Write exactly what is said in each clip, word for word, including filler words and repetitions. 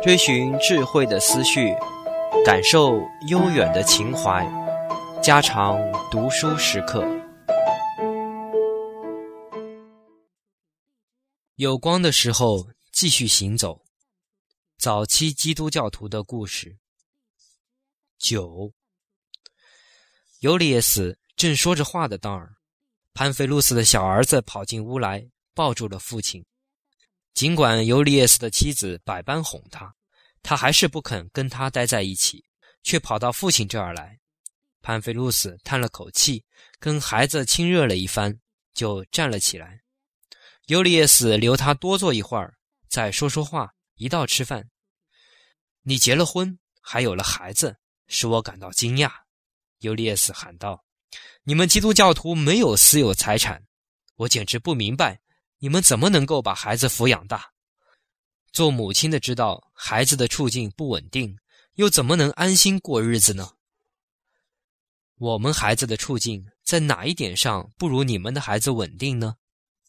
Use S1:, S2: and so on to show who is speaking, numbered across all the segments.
S1: 追寻智慧的思绪，感受悠远的情怀，家常读书时刻。有光的时候继续行走。早期基督教徒的故事。九，尤利耶斯正说着话的当儿，潘菲路斯的小儿子跑进屋来，抱住了父亲。尽管尤利耶斯的妻子百般哄他，他还是不肯跟他待在一起，却跑到父亲这儿来。潘菲路斯叹了口气，跟孩子亲热了一番，就站了起来。尤利耶斯留他多坐一会儿，再说说话，一道吃饭。你结了婚，还有了孩子，使我感到惊讶。尤利耶斯喊道，你们基督教徒没有私有财产，我简直不明白你们怎么能够把孩子抚养大。做母亲的知道孩子的处境不稳定，又怎么能安心过日子呢？我们孩子的处境在哪一点上不如你们的孩子稳定呢？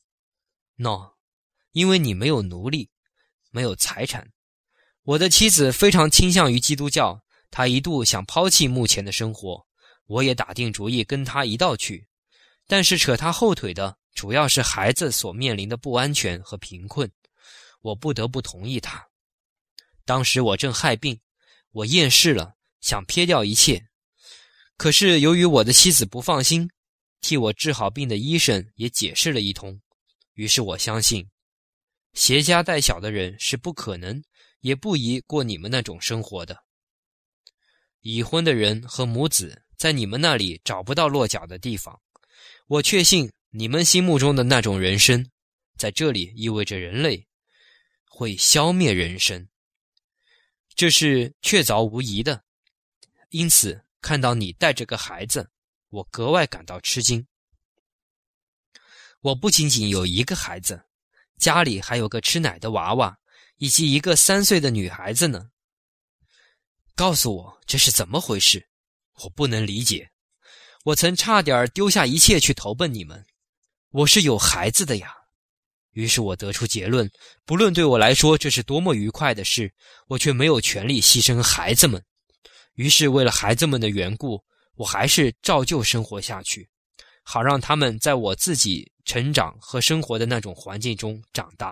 S1: No， 因为你没有奴隶，没有财产。我的妻子非常倾向于基督教，她一度想抛弃目前的生活，我也打定主意跟她一道去。但是扯她后腿的主要是孩子所面临的不安全和贫困，我不得不同意她。当时我正害病，我厌世了，想撇掉一切。可是由于我的妻子不放心，替我治好病的医生也解释了一通，于是我相信携家带小的人是不可能也不宜过你们那种生活的。已婚的人和母子在你们那里找不到落脚的地方，我确信你们心目中的那种人生，在这里意味着人类会消灭人生，这是确凿无疑的。因此看到你带着个孩子，我格外感到吃惊。我不仅仅有一个孩子，家里还有个吃奶的娃娃，以及一个三岁的女孩子呢。告诉我这是怎么回事，我不能理解。我曾差点丢下一切去投奔你们，我是有孩子的呀。于是我得出结论，不论对我来说这是多么愉快的事，我却没有权利牺牲孩子们。于是为了孩子们的缘故，我还是照旧生活下去，好让他们在我自己成长和生活的那种环境中长大。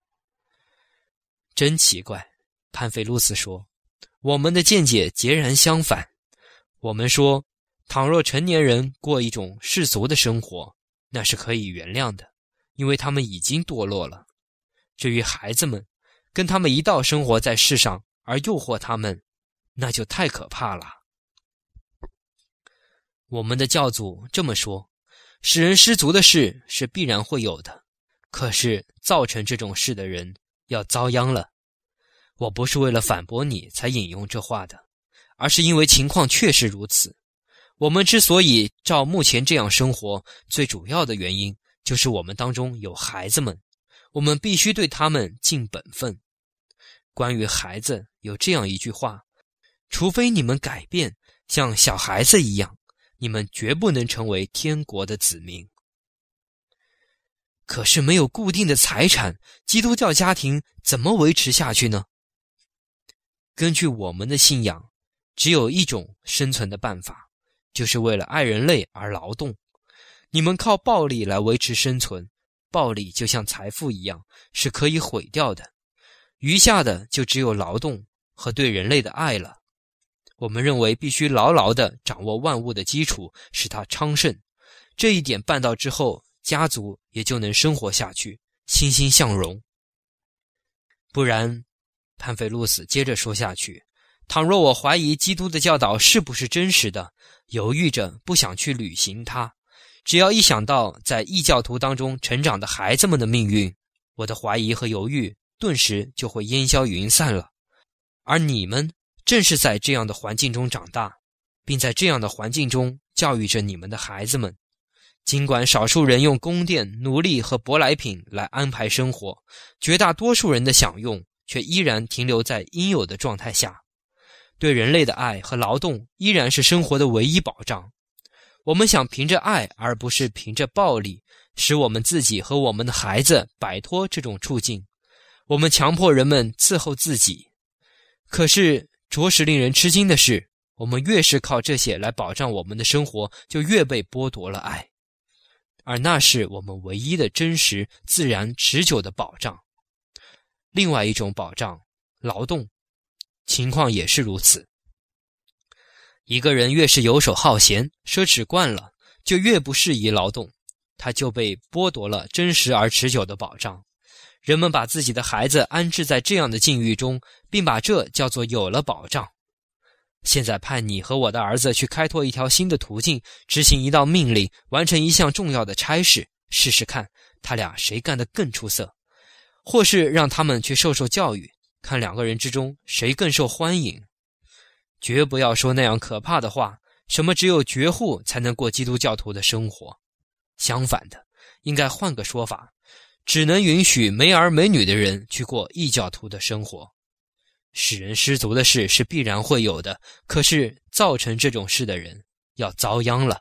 S1: 真奇怪，潘菲路斯说，我们的见解截然相反。我们说，倘若成年人过一种世俗的生活，那是可以原谅的，因为他们已经堕落了。至于孩子们，跟他们一道生活在世上，而诱惑他们，那就太可怕了。我们的教祖这么说，使人失足的事是必然会有的，可是造成这种事的人要遭殃了。我不是为了反驳你才引用这话的，而是因为情况确实如此。我们之所以照目前这样生活，最主要的原因就是我们当中有孩子们，我们必须对他们尽本分。关于孩子有这样一句话，除非你们改变，像小孩子一样，你们绝不能成为天国的子民。可是没有固定的财产，基督教家庭怎么维持下去呢？根据我们的信仰，只有一种生存的办法，就是为了爱人类而劳动。你们靠暴力来维持生存，暴力就像财富一样，是可以毁掉的。余下的就只有劳动和对人类的爱了。我们认为必须牢牢地掌握万物的基础，使它昌盛。这一点办到之后，家族也就能生活下去，欣欣向荣。不然，潘菲路斯接着说下去，倘若我怀疑基督的教导是不是真实的，犹豫着不想去履行它，只要一想到在异教徒当中成长的孩子们的命运，我的怀疑和犹豫顿时就会烟消云散了。而你们正是在这样的环境中长大，并在这样的环境中教育着你们的孩子们。尽管少数人用宫殿、奴隶和舶来品来安排生活，绝大多数人的享用却依然停留在应有的状态下。对人类的爱和劳动依然是生活的唯一保障。我们想凭着爱而不是凭着暴力，使我们自己和我们的孩子摆脱这种处境。我们强迫人们伺候自己， 可是着实令人吃惊的是，我们越是靠这些来保障我们的生活，就越被剥夺了爱，而那是我们唯一的真实、自然、持久的保障。另外一种保障，劳动，情况也是如此。一个人越是游手好闲、奢侈惯了，就越不适宜劳动，他就被剥夺了真实而持久的保障。人们把自己的孩子安置在这样的境遇中，并把这叫做有了保障。现在派你和我的儿子去开拓一条新的途径，执行一道命令，完成一项重要的差事，试试看他俩谁干得更出色，或是让他们去受受教育，看两个人之中谁更受欢迎。绝不要说那样可怕的话，什么只有绝户才能过基督教徒的生活。相反的，应该换个说法，只能允许没儿没女的人去过异教徒的生活。使人失足的事是必然会有的，可是造成这种事的人要遭殃了。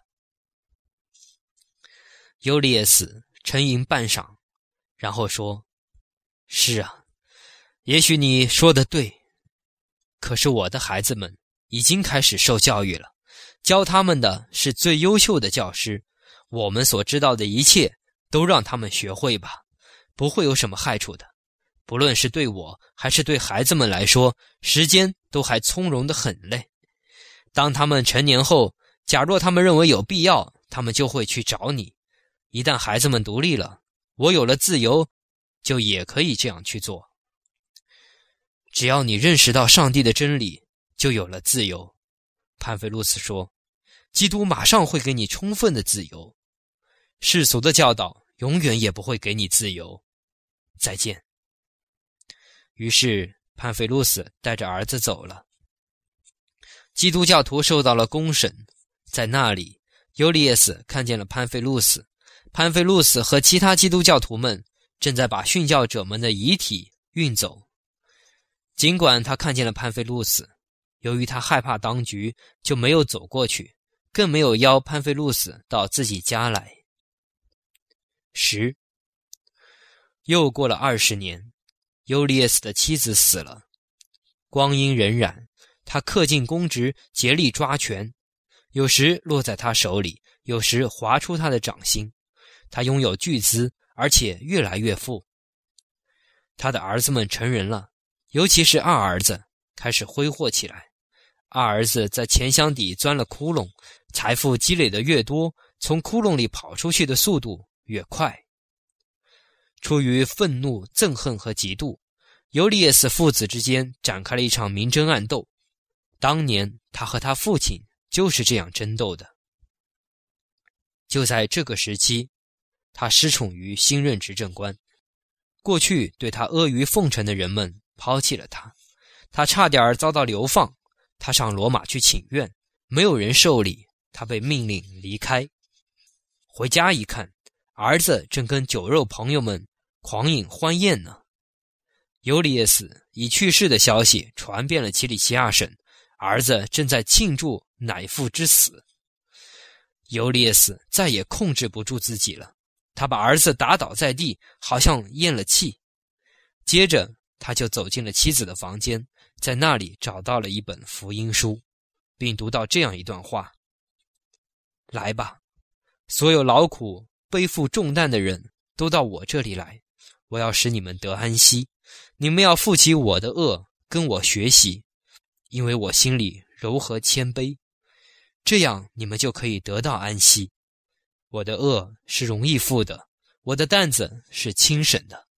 S1: 尤利叶斯沉吟半晌，然后说：是啊，也许你说得对，可是我的孩子们已经开始受教育了，教他们的是最优秀的教师，我们所知道的一切都让他们学会吧，不会有什么害处的。不论是对我还是对孩子们来说，时间都还从容得很嘞。当他们成年后，假若他们认为有必要，他们就会去找你。一旦孩子们独立了，我有了自由，就也可以这样去做。只要你认识到上帝的真理，就有了自由。潘菲路斯说，基督马上会给你充分的自由，世俗的教导永远也不会给你自由。再见。于是潘菲路斯带着儿子走了。基督教徒受到了公审，在那里尤利叶斯看见了潘菲路斯，潘菲路斯和其他基督教徒们正在把殉教者们的遗体运走。尽管他看见了潘菲路斯，由于他害怕当局，就没有走过去，更没有邀潘菲路斯到自己家来。十，又过了二十年，尤利叶斯的妻子死了，光阴荏苒，他恪尽公职，竭力抓权，有时落在他手里，有时划出他的掌心。他拥有巨资，而且越来越富。他的儿子们成人了，尤其是二儿子开始挥霍起来。二儿子在钱箱底钻了窟窿，财富积累的越多，从窟窿里跑出去的速度越快。出于愤怒、憎恨和嫉妒，尤利叶斯父子之间展开了一场明争暗斗。当年他和他父亲就是这样争斗的。就在这个时期，他失宠于新任执政官，过去对他阿谀奉承的人们抛弃了他，他差点遭到流放。他上罗马去请愿，没有人受理，他被命令离开。回家一看，儿子正跟酒肉朋友们狂饮欢宴呢。尤利叶斯已去世的消息传遍了奇里西亚省，儿子正在庆祝乃父之死。尤利叶斯再也控制不住自己了，他把儿子打倒在地，好像咽了气。接着他就走进了妻子的房间，在那里找到了一本福音书，并读到这样一段话：来吧，所有劳苦背负重担的人都到我这里来，我要使你们得安息。你们要负起我的恶，跟我学习，因为我心里柔和谦卑，这样你们就可以得到安息。我的恶是容易负的，我的担子是轻省的。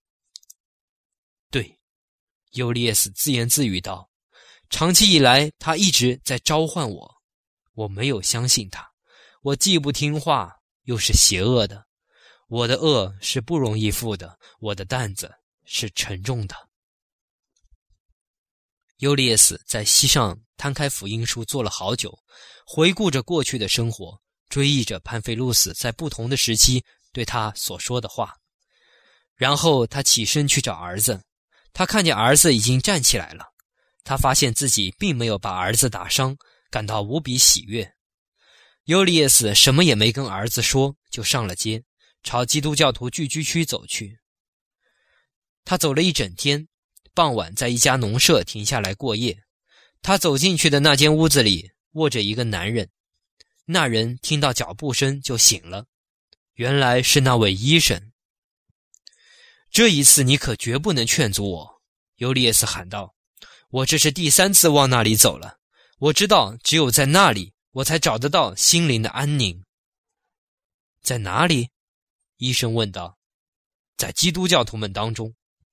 S1: 对，尤利叶斯自言自语道，长期以来他一直在召唤我，我没有相信他，我既不听话又是邪恶的，我的恶是不容易负的，我的担子是沉重的。尤利叶斯在膝上摊开福音书坐了好久，回顾着过去的生活，追忆着潘菲路斯在不同的时期对他所说的话。然后他起身去找儿子，他看见儿子已经站起来了，他发现自己并没有把儿子打伤，感到无比喜悦。尤利叶斯什么也没跟儿子说，就上了街，朝基督教徒聚居区走去。他走了一整天， 傍晚在一家农舍停下来过夜。他走进去的那间屋子里卧着一个男人，那人听到脚步声就醒了，原来是那位医生。这一次你可绝不能劝阻我，尤利叶斯喊道，我这是第三次往那里走了，我知道只有在那里我才找得到心灵的安宁。在哪里？医生问道。在基督教徒们当中。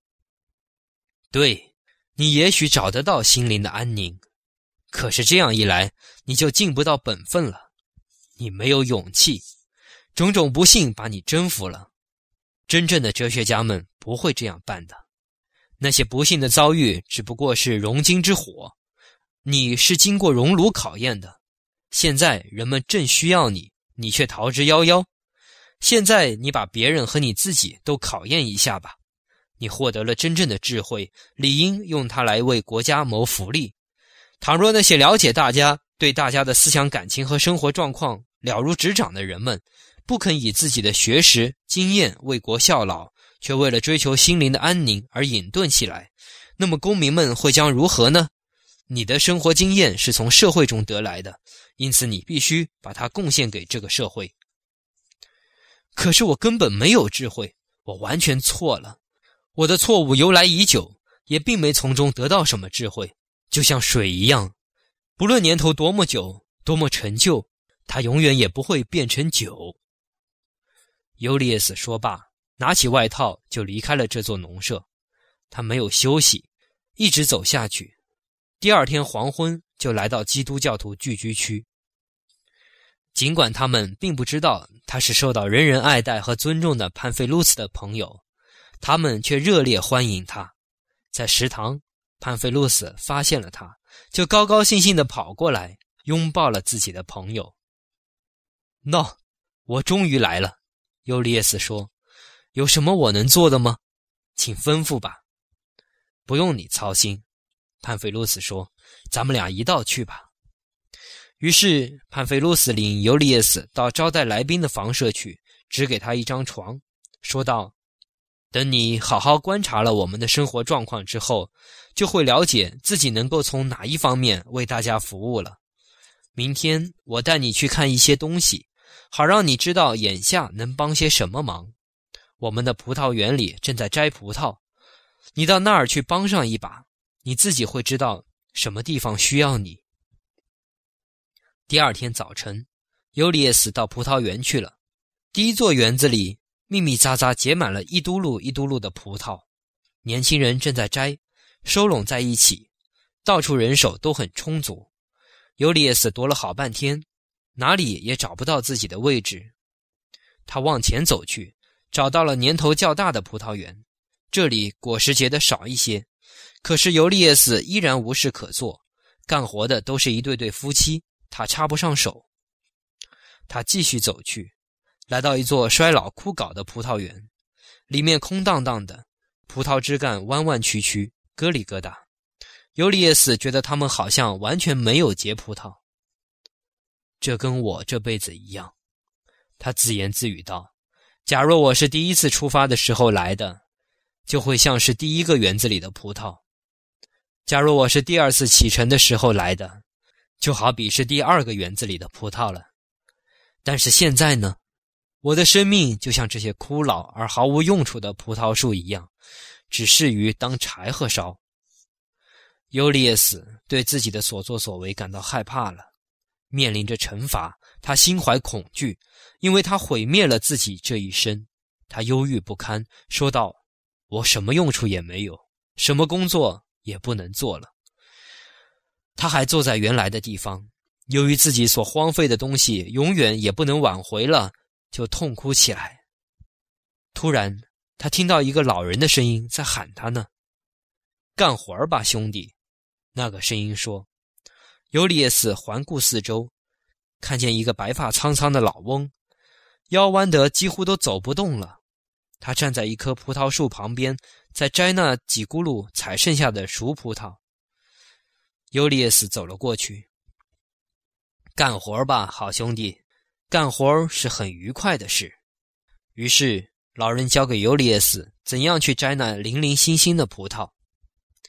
S1: 对，你也许找得到心灵的安宁，可是这样一来你就尽不到本分了，你没有勇气，种种不幸把你征服了。真正的哲学家们不会这样办的，那些不幸的遭遇只不过是熔金之火，你是经过熔炉考验的，现在人们正需要你，你却逃之夭夭。现在你把别人和你自己都考验一下吧，你获得了真正的智慧，理应用它来为国家谋福利。倘若那些了解大家，对大家的思想感情和生活状况了如指掌的人们，不肯以自己的学识经验为国效劳，却为了追求心灵的安宁而隐遁起来，那么公民们会将如何呢？你的生活经验是从社会中得来的，因此你必须把它贡献给这个社会。可是我根本没有智慧，我完全错了。我的错误由来已久，也并没从中得到什么智慧，就像水一样，不论年头多么久，多么陈旧，它永远也不会变成酒。尤利叶斯说罢，拿起外套就离开了这座农舍。他没有休息，一直走下去。第二天黄昏就来到基督教徒聚居区。尽管他们并不知道他是受到人人爱戴和尊重的潘菲鲁斯的朋友，他们却热烈欢迎他。在食堂，潘菲鲁斯发现了他，就高高兴兴地跑过来，拥抱了自己的朋友。喏，我终于来了，尤利叶斯说，有什么我能做的吗？请吩咐吧。不用你操心，潘菲鲁斯说，咱们俩一道去吧。于是潘菲鲁斯领尤利叶斯到招待来宾的房舍去，指给他一张床，说道，等你好好观察了我们的生活状况之后，就会了解自己能够从哪一方面为大家服务了。明天我带你去看一些东西，好让你知道眼下能帮些什么忙。我们的葡萄园里正在摘葡萄，你到那儿去帮上一把，你自己会知道什么地方需要你。第二天早晨，尤利叶斯到葡萄园去了。第一座园子里密密匝匝结满了一嘟噜一嘟噜的葡萄，年轻人正在摘，收拢在一起，到处人手都很充足。尤利叶斯踱了好半天，哪里也找不到自己的位置。他往前走去，找到了年头较大的葡萄园，这里果实结得少一些，可是尤利叶斯依然无事可做，干活的都是一对对夫妻，他插不上手。他继续走去，来到一座衰老枯槁的葡萄园，里面空荡荡的，葡萄枝干弯弯曲曲，咯里咯哒。尤利叶斯觉得他们好像完全没有结葡萄。这跟我这辈子一样，他自言自语道，假若我是第一次出发的时候来的，就会像是第一个园子里的葡萄；假若我是第二次启程的时候来的，就好比是第二个园子里的葡萄了。但是现在呢，我的生命就像这些枯老而毫无用处的葡萄树一样，只适于当柴禾烧。尤利叶斯对自己的所作所为感到害怕了，面临着惩罚，他心怀恐惧，因为他毁灭了自己这一生。他忧郁不堪，说道，我什么用处也没有，什么工作也不能做了。他还坐在原来的地方，由于自己所荒废的东西永远也不能挽回了，就痛哭起来。突然他听到一个老人的声音在喊他呢，干活儿吧，兄弟，那个声音说。尤利叶斯环顾四周，看见一个白发苍苍的老翁，腰弯得几乎都走不动了。他站在一棵葡萄树旁边，在摘那几咕噜采剩下的熟葡萄。尤利叶斯走了过去，干活吧，好兄弟，干活是很愉快的事。于是老人教给尤利叶斯怎样去摘那零零星星的葡萄。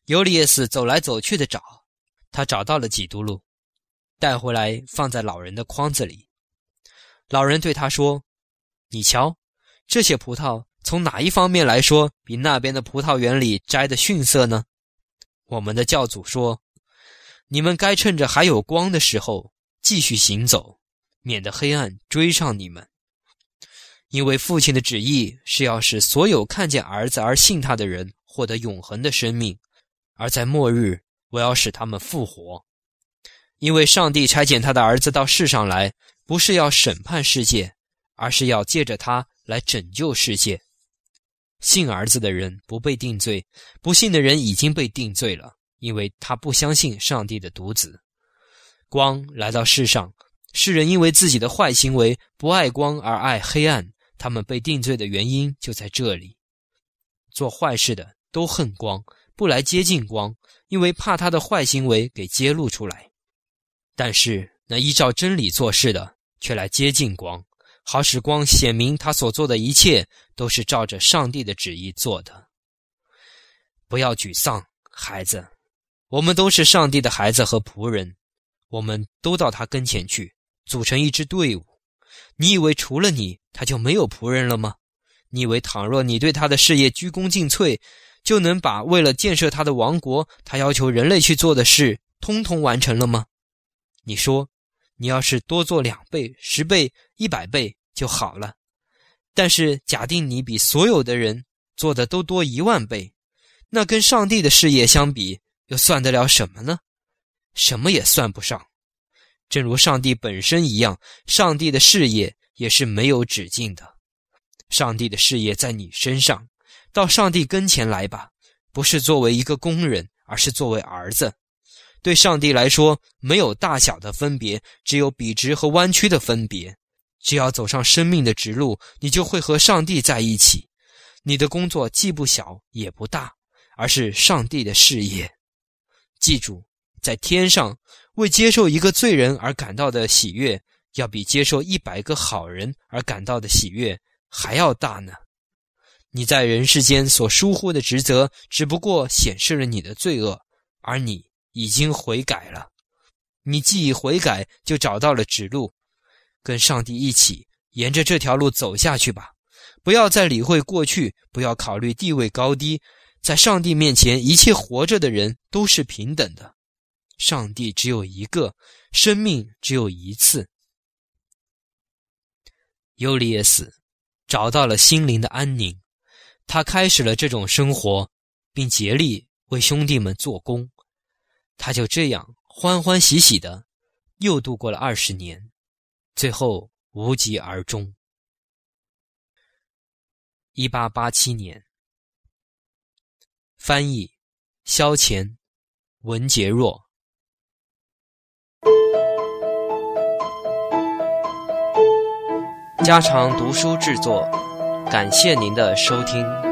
S1: 尤利叶斯走来走去的找，他找到了几嘟噜，带回来放在老人的筐子里。老人对他说，你瞧，这些葡萄从哪一方面来说比那边的葡萄园里摘的逊色呢？我们的教主说，你们该趁着还有光的时候继续行走，免得黑暗追上你们。因为父亲的旨意是要使所有看见儿子而信他的人获得永恒的生命，而在末日我要使他们复活。因为上帝差遣他的儿子到世上来，不是要审判世界，而是要借着他来拯救世界。信儿子的人不被定罪，不信的人已经被定罪了，因为他不相信上帝的独子。光来到世上，世人因为自己的坏行为不爱光而爱黑暗，他们被定罪的原因就在这里。做坏事的都恨光，不来接近光，因为怕他的坏行为给揭露出来。但是那依照真理做事的却来接近光，好使光显明他所做的一切都是照着上帝的旨意做的。不要沮丧，孩子，我们都是上帝的孩子和仆人，我们都到他跟前去，组成一支队伍。你以为除了你，他就没有仆人了吗？你以为倘若你对他的事业鞠躬尽瘁，就能把为了建设他的王国，他要求人类去做的事通通完成了吗？你说，你要是多做两倍、十倍、一百倍就好了。但是假定你比所有的人做的都多一万倍，那跟上帝的事业相比，又算得了什么呢？什么也算不上。正如上帝本身一样，上帝的事业也是没有止境的。上帝的事业在你身上，到上帝跟前来吧，不是作为一个工人，而是作为儿子。对上帝来说，没有大小的分别，只有笔直和弯曲的分别。只要走上生命的直路，你就会和上帝在一起。你的工作既不小也不大，而是上帝的事业。记住，在天上，为接受一个罪人而感到的喜悦，要比接受一百个好人而感到的喜悦还要大呢。你在人世间所疏忽的职责，只不过显示了你的罪恶，而你已经悔改了。你既已悔改，就找到了指路，跟上帝一起沿着这条路走下去吧。不要再理会过去，不要考虑地位高低，在上帝面前，一切活着的人都是平等的。上帝只有一个，生命只有一次。尤利叶斯找到了心灵的安宁，他开始了这种生活，并竭力为兄弟们做工。他就这样欢欢喜喜的又度过了二十年，最后无疾而终。一八八七年，翻译萧乾，文杰若。家常读书制作，感谢您的收听。